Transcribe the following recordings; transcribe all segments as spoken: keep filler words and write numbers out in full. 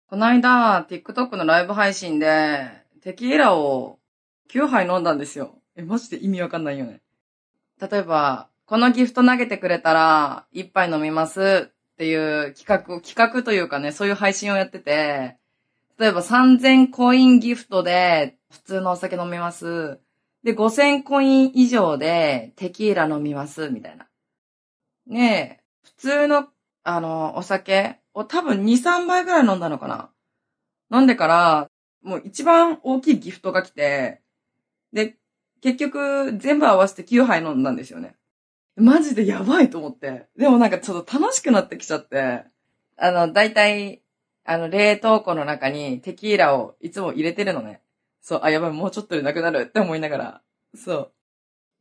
この間、TikTok のライブ配信で、テキーラをきゅうはい飲んだんですよ。え、マジで意味わかんないよね。例えば、このギフト投げてくれたら、いっぱい飲みますっていう企画、企画というかね、そういう配信をやってて、例えばさんぜんコインギフトで普通のお酒飲みます。で、ごせんコイン以上でテキーラ飲みます、みたいな。ねえ、普通の、あの、お酒を多分に、さんばいぐらい飲んだのかな。飲んでから、もう一番大きいギフトが来て、で、結局全部合わせてきゅうはい飲んだんですよね。マジでやばいと思って。でもなんかちょっと楽しくなってきちゃって、あの、だいたい、あの、冷凍庫の中にテキーラをいつも入れてるのね。そう、あ、やばい、もうちょっとでなくなるって思いながら。そう。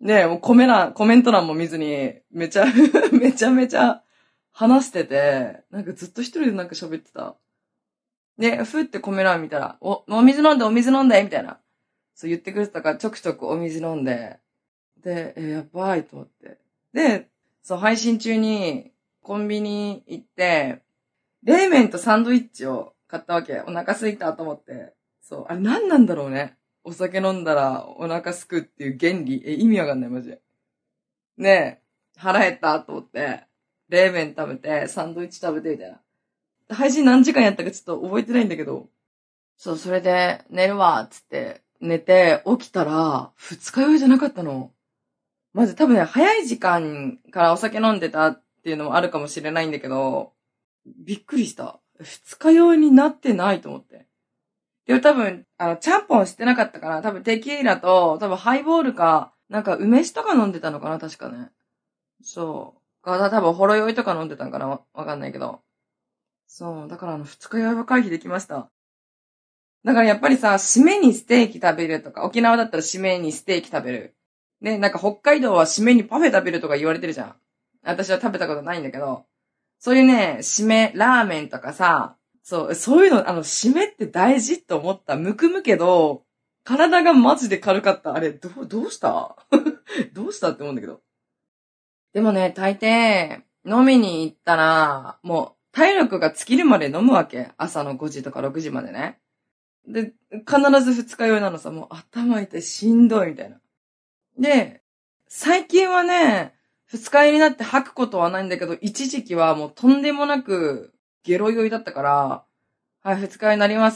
ねえ、もうコメ欄、コメント欄も見ずに、めちゃ、めちゃめちゃ話してて、なんかずっと一人でなんか喋ってた。で、ふってコメ欄見たら、お、お水飲んで、お水飲んで、みたいな。そう言ってくれてたから、ちょくちょくお水飲んで、で、え、やばいと思って。で、そう、配信中に、コンビニ行って、冷麺とサンドイッチを買ったわけ。お腹空いたと思って。そう、あれ何なんだろうね。お酒飲んだらお腹すくっていう原理。え、意味わかんない、マジで。ねえ、腹減ったと思って、冷麺食べて、サンドイッチ食べて、みたいな。配信何時間やったかちょっと覚えてないんだけど。そう、それで、寝るわ、つって、寝て、起きたら、二日酔いじゃなかったの。まず多分ね、早い時間からお酒飲んでたっていうのもあるかもしれないんだけど、びっくりした。二日酔いになってないと思って。でも多分、あの、ちゃんぽんしてなかったから、多分テキーラと、多分ハイボールか、なんか梅酒とか飲んでたのかな、確かね。そう。か、多分ほろ酔いとか飲んでたんかな、わ, わかんないけど。そう。だからあの、二日酔いは回避できました。だからやっぱりさ、締めにステーキ食べるとか、沖縄だったら締めにステーキ食べる。で、なんか北海道は締めにパフェ食べるとか言われてるじゃん。私は食べたことないんだけど、そういうね、締め、ラーメンとかさ、そう、そういうの、あの、締めって大事と思った。むくむけど、体がマジで軽かった。あれ、どう、どうしたどうしたって思うんだけど。でもね、大抵、飲みに行ったら、もう、体力が尽きるまで飲むわけ。朝のごじとかろくじまでね。で、必ず二日酔いなのさ、もう頭痛いしんどいみたいな。で、最近はね、二日酔いになって吐くことはないんだけど、一時期はもうとんでもなくゲロ酔いだったから、はい、二日酔いになります。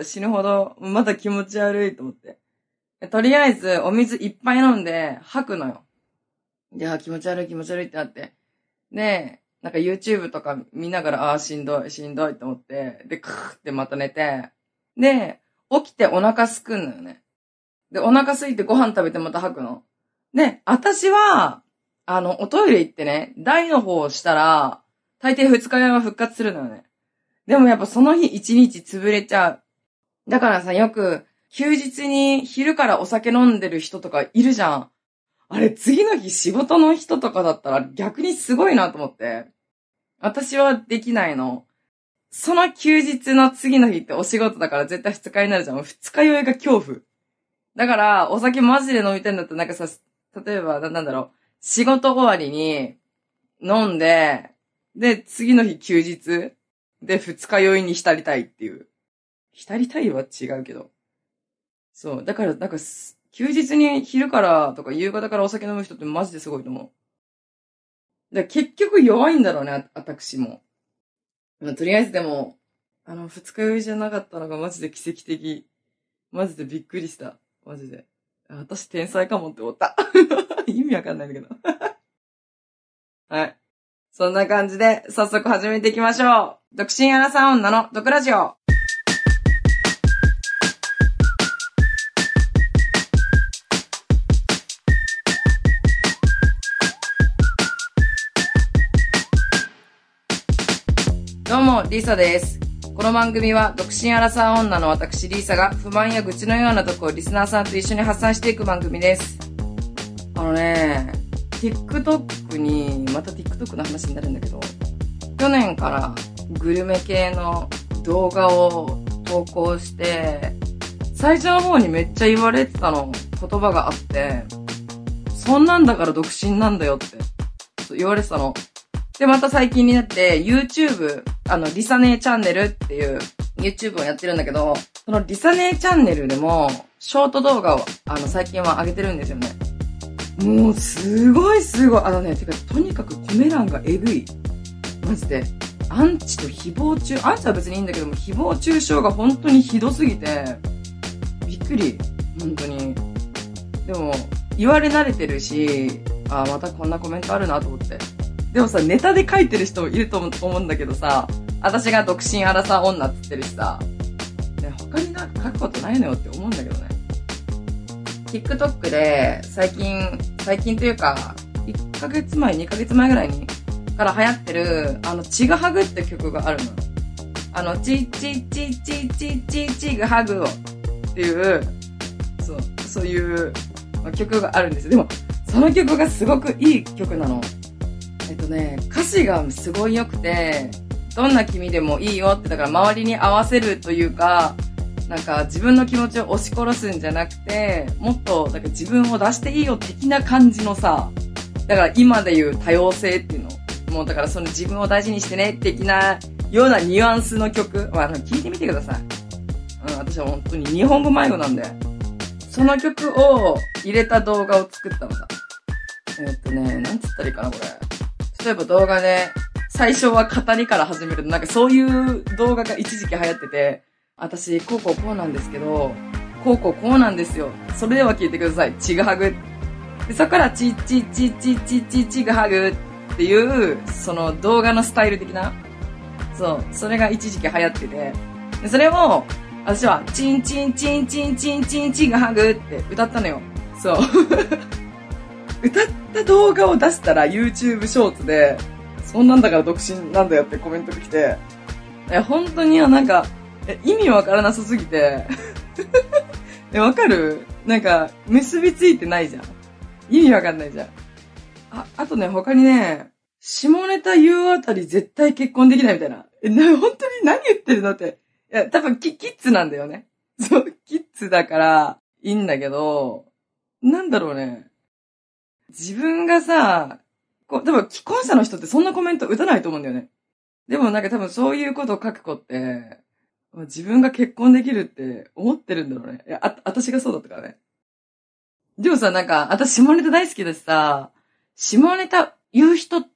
死ぬほど、まだ気持ち悪いと思って。とりあえず、お水いっぱい飲んで吐くのよ。いや、気持ち悪い気持ち悪いってなって。で、なんか YouTube とか見ながら、ああ、しんどい、しんどいと思って、で、クーってまた寝て、で、起きてお腹すくんのよね。で、お腹すいてご飯食べてまた吐くの。で、私は、あの、おトイレ行ってね、台の方をしたら、大抵二日酔いは復活するのよね。でもやっぱその日一日潰れちゃう。だからさ、よく、休日に昼からお酒飲んでる人とかいるじゃん。あれ、次の日仕事の人とかだったら逆にすごいなと思って。私はできないの。その休日の次の日ってお仕事だから絶対二日酔いになるじゃん。二日酔いが恐怖。だから、お酒マジで飲みたいんだったらなんかさ、例えば、なんだろう、仕事終わりに飲んで、で、次の日休日で二日酔いに浸りたいっていう。浸りたいは違うけど。そう。だから、なんか、休日に昼からとか夕方からお酒飲む人ってマジですごいと思う。だから結局弱いんだろうね、私も。まあ、とりあえずでも、あの、二日酔いじゃなかったのがマジで奇跡的。マジでびっくりした。マジで。私天才かもって思った。意味わかんないんだけど。はい。そんな感じで、早速始めていきましょう。独身アラサー女の毒ラジオ。どうも、リーサです。この番組は独身アラサー女の私リーサが不満や愚痴のようなとこをリスナーさんと一緒に発散していく番組です。あのね、TikTok に、また TikTok の話になるんだけど、去年からグルメ系の動画を投稿して、最初の方にめっちゃ言われてたの、言葉があって、そんなんだから独身なんだよって言われてたの。で、また最近になって YouTube、あの、リサネーチャンネルっていう YouTube をやってるんだけど、そのリサ姉チャンネルでも、ショート動画を、あの、最近は上げてるんですよね。もう、すごいすごい。あのね、てか、とにかくコメ欄がえぐい。マジで。アンチと誹謗中、アンチは別にいいんだけども、誹謗中傷が本当にひどすぎて、びっくり。本当に。でも、言われ慣れてるし、あ、またこんなコメントあるなと思って。でもさ、ネタで書いてる人もいると思うんだけどさ、私が独身アラサー女って言ってるしさ、ね、他になんか書くことないのよって思うんだけどね。TikTok で最近、最近というか、いっかげつまえ、にかげつまえぐらいに、から流行ってる、あの、ちぐはぐって曲があるの。あの、ちちちちちちちぐはぐをっていう、そう、そういう曲があるんですよ。でも、その曲がすごくいい曲なの。えっとね、歌詞がすごい良くて、どんな君でもいいよって、だから周りに合わせるというか、なんか自分の気持ちを押し殺すんじゃなくて、もっとなんか自分を出していいよ的な感じのさ、だから今で言う多様性っていうの。もうだからその自分を大事にしてね的なようなニュアンスの曲。まあ、聞いてみてください。うん、私は本当に日本語迷子なんで。その曲を入れた動画を作ったのさ。えーっとね、なんつったらいいかな、これ。例えば動画で、最初は語りから始める。なんかそういう動画が一時期流行ってて、私、こうこうこうなんですけど、こうこうこうなんですよ。それでは聞いてください。ちぐはぐ。で、そこからちちちちちちちぐはぐっていう、その動画のスタイル的な。そう。それが一時期流行ってて。で、それを、私は、チンチンチンチンチンチンチぐはぐって歌ったのよ。そう。歌った動画を出したら YouTube ショーツで、そんなんだから独身なんだよってコメントが来て、え、本当になんか、え、意味わからなさすぎて、え、わかる？なんか、結びついてないじゃん。意味わかんないじゃん。あ、あとね、他にね、下ネタ言うあたり絶対結婚できないみたいな。え、な、本当に何言ってるのって。いや、多分キ、キッズなんだよね。そう、キッズだから、いいんだけど、なんだろうね。自分がさ、こう、多分既婚者の人ってそんなコメント打たないと思うんだよね。でもなんか多分そういうことを書く子って、自分が結婚できるって思ってるんだろうね。いや、あ、私がそうだったからね。でもさ、なんか、私下ネタ大好きだしさ、下ネタ言う人って、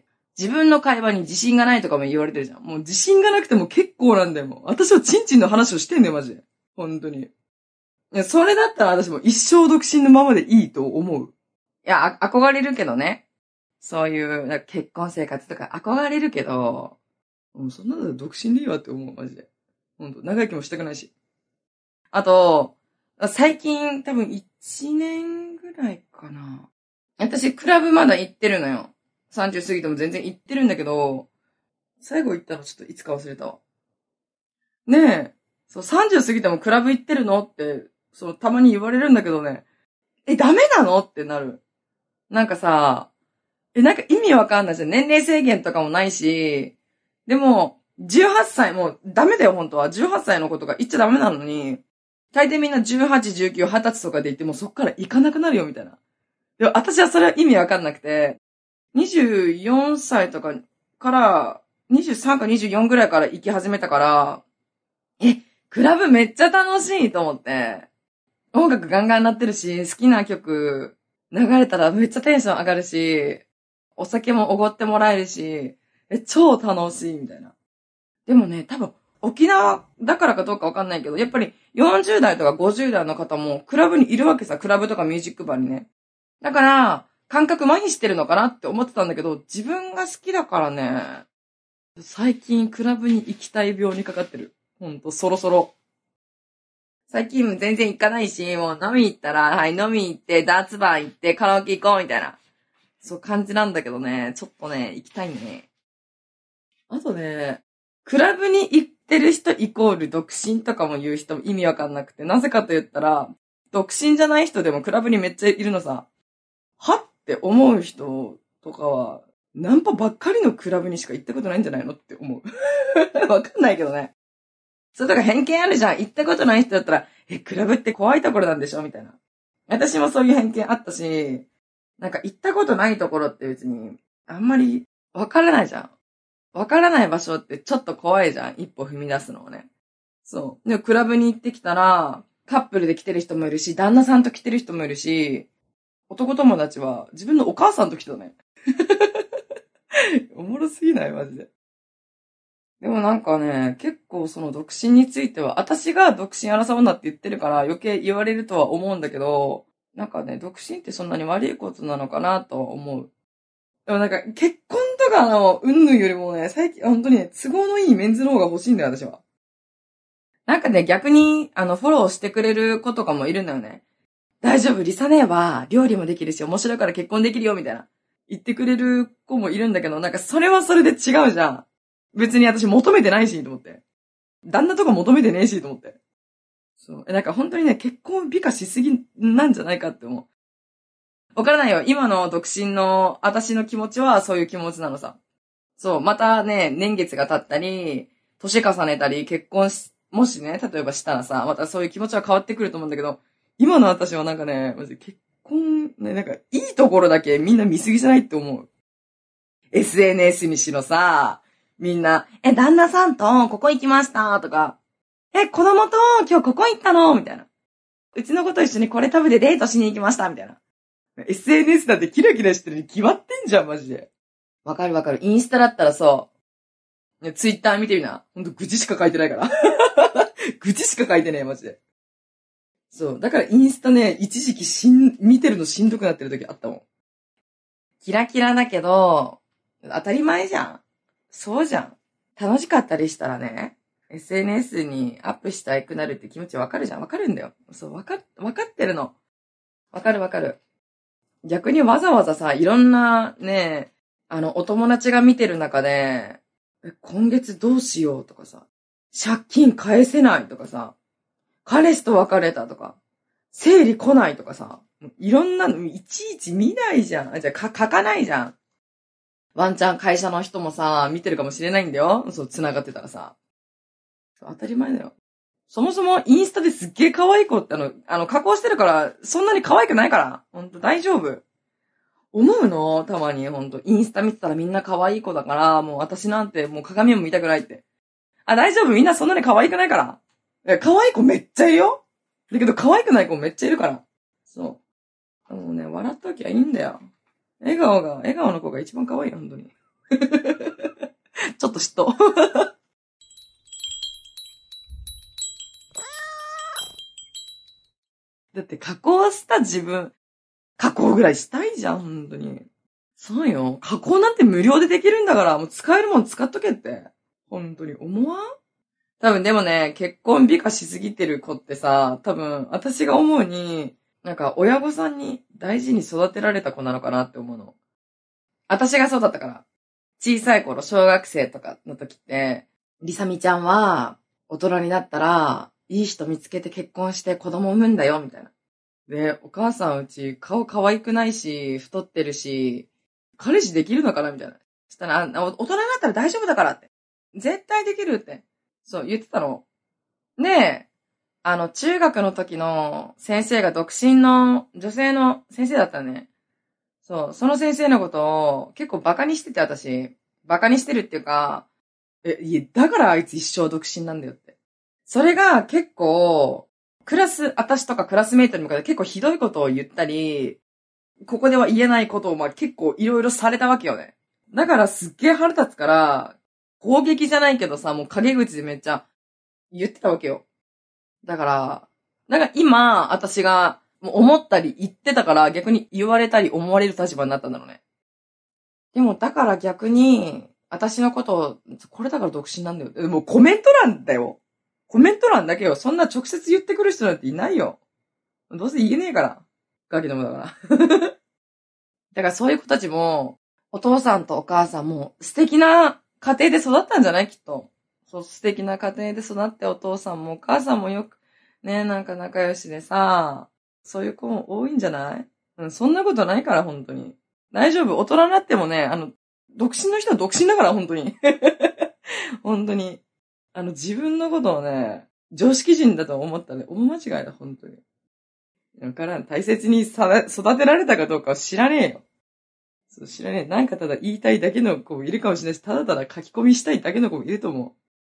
自分の会話に自信がないとかも言われてるじゃん。もう自信がなくても結構なんだよ、もう。私はチンチンの話をしてんだよ、マジで。本当に。いや、それだったら私も一生独身のままでいいと思う。いや、あ、憧れるけどね。そういう、なんか結婚生活とか憧れるけど、もうそんなの独身でいいわって思う、マジで。ほんと、長生きもしたくないし。あと、最近多分いちねんぐらいかな。私、クラブまだ行ってるのよ。さんじゅう過ぎても全然行ってるんだけど、最後行ったのちょっといつか忘れたわ。ねえ、そう、さんじゅう過ぎてもクラブ行ってるのって、そう、たまに言われるんだけどね。え、ダメなのってなる。なんかさ、え、なんか意味わかんないじゃん。年齢制限とかもないし、でも、じゅうはっさい、もうダメだよ、本当は。じゅうはっさいの子とか言っちゃダメなのに、大抵みんなじゅうはち、じゅうきゅう、はたちとかで行ってもそっから行かなくなるよ、みたいな。でも私はそれは意味わかんなくて、にじゅうよんさいとかから、にじゅうさんかにじゅうよんぐらいから行き始めたから、え、クラブめっちゃ楽しいと思って、音楽ガンガン鳴ってるし、好きな曲流れたらめっちゃテンション上がるし、お酒もおごってもらえるし、え、超楽しいみたいな。でもね、多分、沖縄だからかどうかわかんないけど、やっぱりよんじゅう代とかごじゅう代の方もクラブにいるわけさ、クラブとかミュージックバーにね。だから、感覚麻痺してるのかなって思ってたんだけど、自分が好きだからね、最近クラブに行きたい病にかかってる。ほんと、そろそろ。最近全然行かないし、もう飲み行ったら、はい、飲み行って、ダーツバー行って、カラオケ行こうみたいな。そう感じなんだけどね、ちょっとね、行きたいね。あとね、クラブに行ってる人イコール独身とかも言う人も意味わかんなくて、なぜかと言ったら、独身じゃない人でもクラブにめっちゃいるのさ。はって思う人とかは、ナンパばっかりのクラブにしか行ったことないんじゃないのって思う。わかんないけどね。それとか偏見あるじゃん。行ったことない人だったら、え、クラブって怖いところなんでしょみたいな。私もそういう偏見あったし、なんか行ったことないところって別に、あんまりわからないじゃん。わからない場所ってちょっと怖いじゃん。一歩踏み出すのをね。 そう。で、クラブに行ってきたら、カップルで来てる人もいるし、旦那さんと来てる人もいるし、男友達は自分のお母さんと来たね。おもろすぎないマジで。でもなんかね、結構その独身については、私が独身争うなって言ってるから余計言われるとは思うんだけど、なんかね、独身ってそんなに悪いことなのかなとは思う。でもなんか結婚とかの云々よりもね、最近本当にね、都合のいいメンズの方が欲しいんだよ、私は。なんかね、逆に、あの、フォローしてくれる子とかもいるんだよね。大丈夫、リサ姉は料理もできるし、面白いから結婚できるよ、みたいな。言ってくれる子もいるんだけど、なんかそれはそれで違うじゃん。別に私求めてないし、と思って。旦那とか求めてねえし、と思って。そう。え、なんか本当にね、結婚を美化しすぎなんじゃないかって思う。わからないよ。今の独身の私の気持ちはそういう気持ちなのさ。そう。またね、年月が経ったり、年重ねたり、結婚し、もしね、例えばしたらさ、またそういう気持ちは変わってくると思うんだけど、今の私はなんかね、マジ結婚、ね、なんかいいところだけみんな見過ぎじゃないって思う。エスエヌエス にしろさ、みんな、え、旦那さんとここ行きましたとか、え、子供と今日ここ行ったのみたいな。うちの子と一緒にこれ食べてデートしに行きましたみたいな。エスエヌエス だってキラキラしてるに決まってんじゃん、マジで。わかるわかる。インスタだったらそう。ツイッター見てみな。ほんと愚痴しか書いてないから。愚痴しか書いてねえ、マジで。そう。だからインスタね、一時期しん、見てるのしんどくなってる時あったもん。キラキラだけど、当たり前じゃん。そうじゃん。楽しかったりしたらね、エスエヌエス にアップしたくなるって気持ちわかるじゃん。わかるんだよ。そう、わか、わかってるの。わかるわかる。逆にわざわざさ、いろんなね、あの、お友達が見てる中で、今月どうしようとかさ、借金返せないとかさ、彼氏と別れたとか、生理来ないとかさ、いろんなのいちいち見ないじゃん。じゃあ、か、書かないじゃん。ワンチャン会社の人もさ、見てるかもしれないんだよ。そう、繋がってたらさ。当たり前だよ。そもそもインスタですっげえ可愛い子ってあの、あの、加工してるから、そんなに可愛くないから。ほんと大丈夫。思うのたまにほんと。インスタ見てたらみんな可愛い子だから、もう私なんてもう鏡も見たくないって。あ、大丈夫みんなそんなに可愛くないから。いや、可愛い子めっちゃいるよ。だけど可愛くない子めっちゃいるから。そう。もうね、笑っときゃいいんだよ。笑顔が、笑顔の子が一番可愛いよ、ほんとに。ちょっと嫉妬。だって加工した自分、加工ぐらいしたいじゃん、ほんとに。そうよ。加工なんて無料でできるんだから、もう使えるもん使っとけって。ほんとに思わん？多分でもね、結婚美化しすぎてる子ってさ、多分私が思うに、なんか親御さんに大事に育てられた子なのかなって思うの。私がそうだったから。小さい頃、小学生とかの時って、りさみちゃんは大人になったら、いい人見つけて結婚して子供産むんだよ、みたいな。で、お母さんうち顔可愛くないし、太ってるし、彼氏できるのかなみたいな。そしたら、あ、大人になったら大丈夫だからって。絶対できるって。そう、言ってたの。で、あの、中学の時の先生が独身の女性の先生だったね。そう、その先生のことを結構バカにしてて、私。バカにしてるっていうか、え、いや、だからあいつ一生独身なんだよって。それが結構、クラス、私とかクラスメイトに向かって結構ひどいことを言ったり、ここでは言えないことをまあ結構いろいろされたわけよね。だからすっげえ腹立つから、攻撃じゃないけどさ、もう陰口でめっちゃ言ってたわけよ。だから、だから今、私がもう思ったり言ってたから逆に言われたり思われる立場になったんだろうね。でもだから逆に、私のことを、これだから独身なんだよ。でもコメント欄だよ。コメント欄だけよ。そんな直接言ってくる人なんていないよ。どうせ言えねえから。ガキどもだから。だからそういう子たちも、お父さんとお母さんも素敵な家庭で育ったんじゃないきっと。そう、素敵な家庭で育ってお父さんもお母さんもよく、ね、なんか仲良しでさ、そういう子も多いんじゃない？うん、そんなことないから、本当に。大丈夫。大人になってもね、あの、独身の人は独身だから、本当に。本当に。あの、自分のことをね、常識人だと思ったね。大間違いだ、本当に。だからん。大切にさ育てられたかどうかは知らねえよ。そう、知らねえ。なんかただ言いたいだけの子もいるかもしれないし、ただただ書き込みしたいだけの子もいると思う。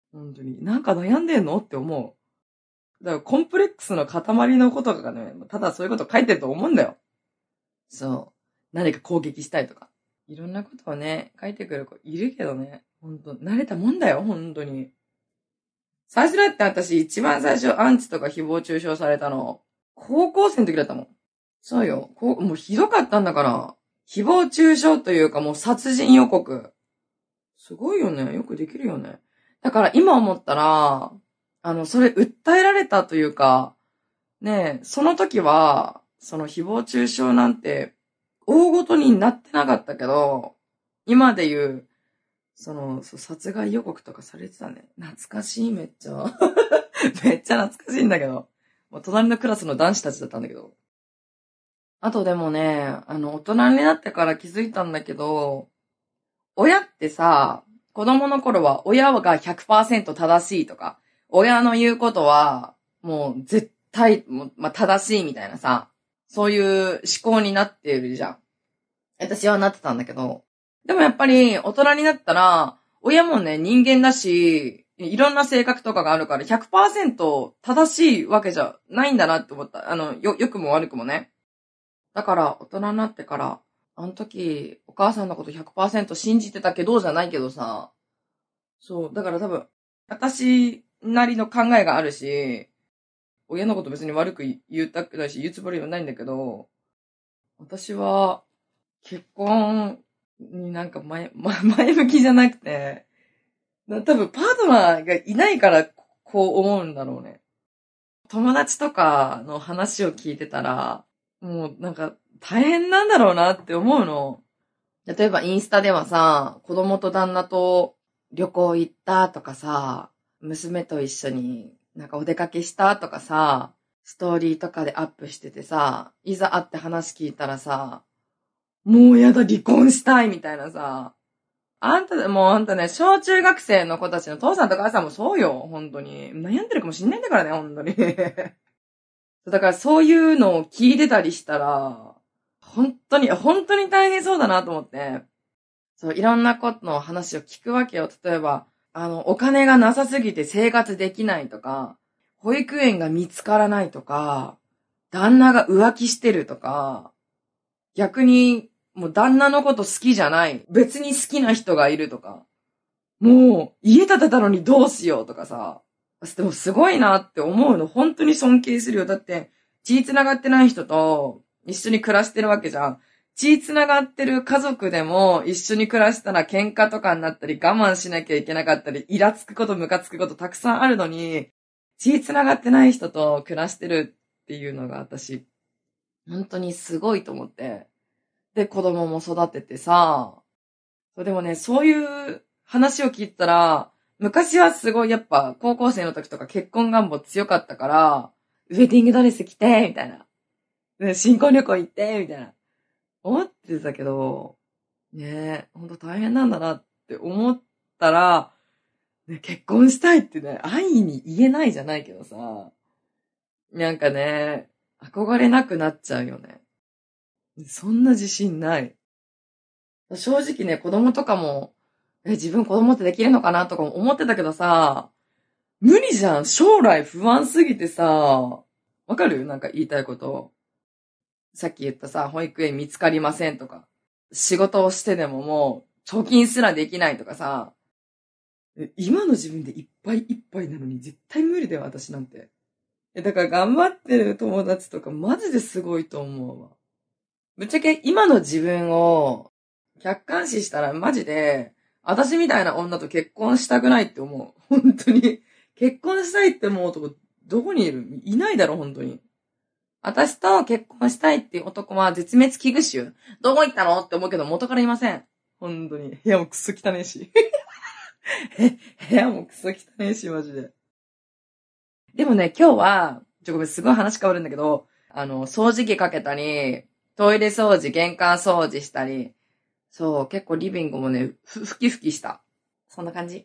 本当に。なんか悩んでんのって思う。だからコンプレックスの塊のことがね、ただそういうこと書いてると思うんだよ。そう。何か攻撃したいとか。いろんなことをね、書いてくる子いるけどね。ほんと、慣れたもんだよ、ほんとに。最初だって私一番最初アンチとか誹謗中傷されたの、高校生の時だったもん。そうよ。こう、もうひどかったんだから。誹謗中傷というかもう殺人予告。すごいよね。よくできるよね。だから今思ったら、あの、それ訴えられたというか、ねえ、その時は、その誹謗中傷なんて、大ごとになってなかったけど、今で言う、その、そう殺害予告とかされてたね。懐かしい、めっちゃ。めっちゃ懐かしいんだけど。もう隣のクラスの男子たちだったんだけど。あとでもね、あの、大人になってから気づいたんだけど、親ってさ、子供の頃は親がひゃくパーセント正しいとか、親の言うことは、もう絶対、もうまあ、正しいみたいなさ、そういう思考になっているじゃん。私はなってたんだけど、でもやっぱり大人になったら、親もね、人間だし、いろんな性格とかがあるからひゃくパーセント正しいわけじゃないんだなって思った。あの、よ、良くも悪くもね。だから大人になってから、あの時、お母さんのこと ひゃくパーセント 信じてたけどじゃないけどさ、そう、だから多分、私なりの考えがあるし、親のこと別に悪く言いたくないし、言うつもりはないんだけど、私は、結婚になんか前、前向きじゃなくて、多分パートナーがいないからこう思うんだろうね。友達とかの話を聞いてたら、もうなんか大変なんだろうなって思うの。例えばインスタではさ、子供と旦那と旅行行ったとかさ、娘と一緒になんかお出かけしたとかさ、ストーリーとかでアップしててさ、いざ会って話聞いたらさ、もうやだ離婚したいみたいなさ、あんた、もうあんたね、小中学生の子たちの父さんと母さんもそうよ、本当に。悩んでるかもしんないんだからね、本当に。だからそういうのを聞いてたりしたら、本当に、本当に大変そうだなと思って。そう、いろんなことの話を聞くわけよ。例えば、あの、お金がなさすぎて生活できないとか、保育園が見つからないとか、旦那が浮気してるとか、逆に、もう旦那のこと好きじゃない。別に好きな人がいるとか。もう、家建てたのにどうしようとかさ。でもすごいなって思うの。本当に尊敬するよ。だって、血繋がってない人と一緒に暮らしてるわけじゃん。血繋がってる家族でも一緒に暮らしたら喧嘩とかになったり我慢しなきゃいけなかったり、イラつくことムカつくことたくさんあるのに、血繋がってない人と暮らしてるっていうのが私、本当にすごいと思って。で、子供も育ててさ、でもね、そういう話を聞いたら、昔はすごいやっぱ高校生の時とか結婚願望強かったから、ウェディングドレス着て、みたいな。で新婚旅行行って、みたいな。思ってたけど、ねえ、ほんと大変なんだなって思ったら、ね、結婚したいってね、安易に言えないじゃないけどさ、なんかね、憧れなくなっちゃうよね。そんな自信ない。正直ね、子供とかも、え、自分子供ってできるのかなとかも思ってたけどさ、無理じゃん。将来不安すぎてさ、わかる？なんか言いたいこと。さっき言ったさ、保育園見つかりませんとか、仕事をしてでももう、貯金すらできないとかさ、今の自分でいっぱいいっぱいなのに絶対無理だよ、私なんて。だから頑張ってる友達とかマジですごいと思うわ。ぶっちゃけ今の自分を客観視したらマジで、私みたいな女と結婚したくないって思う。本当に。結婚したいって思う男、どこにいる？いないだろ、本当に。私と結婚したいっていう男は絶滅危惧種。どこ行ったのって思うけど元からいません。本当に。部屋もクソ汚ねえし。え、部屋もクソ汚ねえし、マジで。でもね、今日は、ちょ、ごめん、すごい話変わるんだけど、あの、掃除機かけたり、トイレ掃除、玄関掃除したり、そう、結構リビングもね、ふ、ふきふきした。そんな感じ。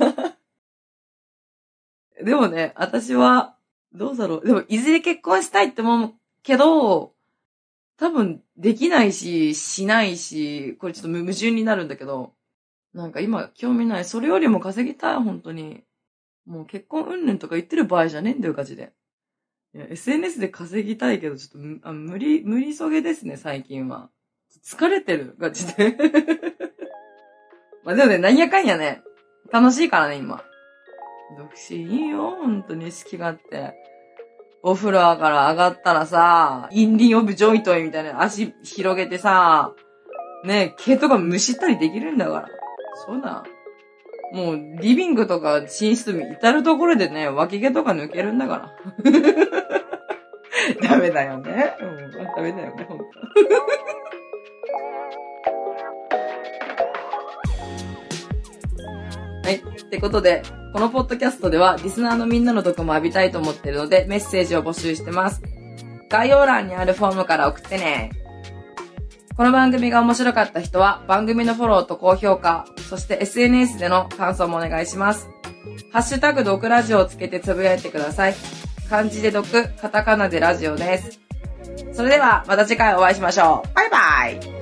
でもね、私は、どうだろう。でも、いずれ結婚したいって思うけど、多分、できないし、しないし、これちょっと矛盾になるんだけど、なんか今、興味ない。それよりも稼ぎたい、本当に。 もう結婚うんぬんとか言ってる場合じゃねえんだよ、ガチで。いや、エスエヌエス で稼ぎたいけど、ちょっと、あ無理、無理そげですね、最近は。疲れてる、ガチで。まあでもね、なんやかんやね、楽しいからね、今。独身いいよ、本当に好き勝手。お風呂から上がったらさ、インリンオブジョイトイみたいな足広げてさ、ね、毛とかむしったりできるんだから。そうだ。もう、リビングとか寝室至るところでね、脇毛とか抜けるんだから。ダメだよね。うん、ダメだよね、ほんと。はい。ってことで、このポッドキャストではリスナーのみんなの毒も浴びたいと思っているのでメッセージを募集してます。概要欄にあるフォームから送ってね。この番組が面白かった人は番組のフォローと高評価、そして エスエヌエス での感想もお願いします。ハッシュタグ毒ラジオをつけてつぶやいてください。漢字で毒、カタカナでラジオです。それではまた次回お会いしましょう。バイバイ。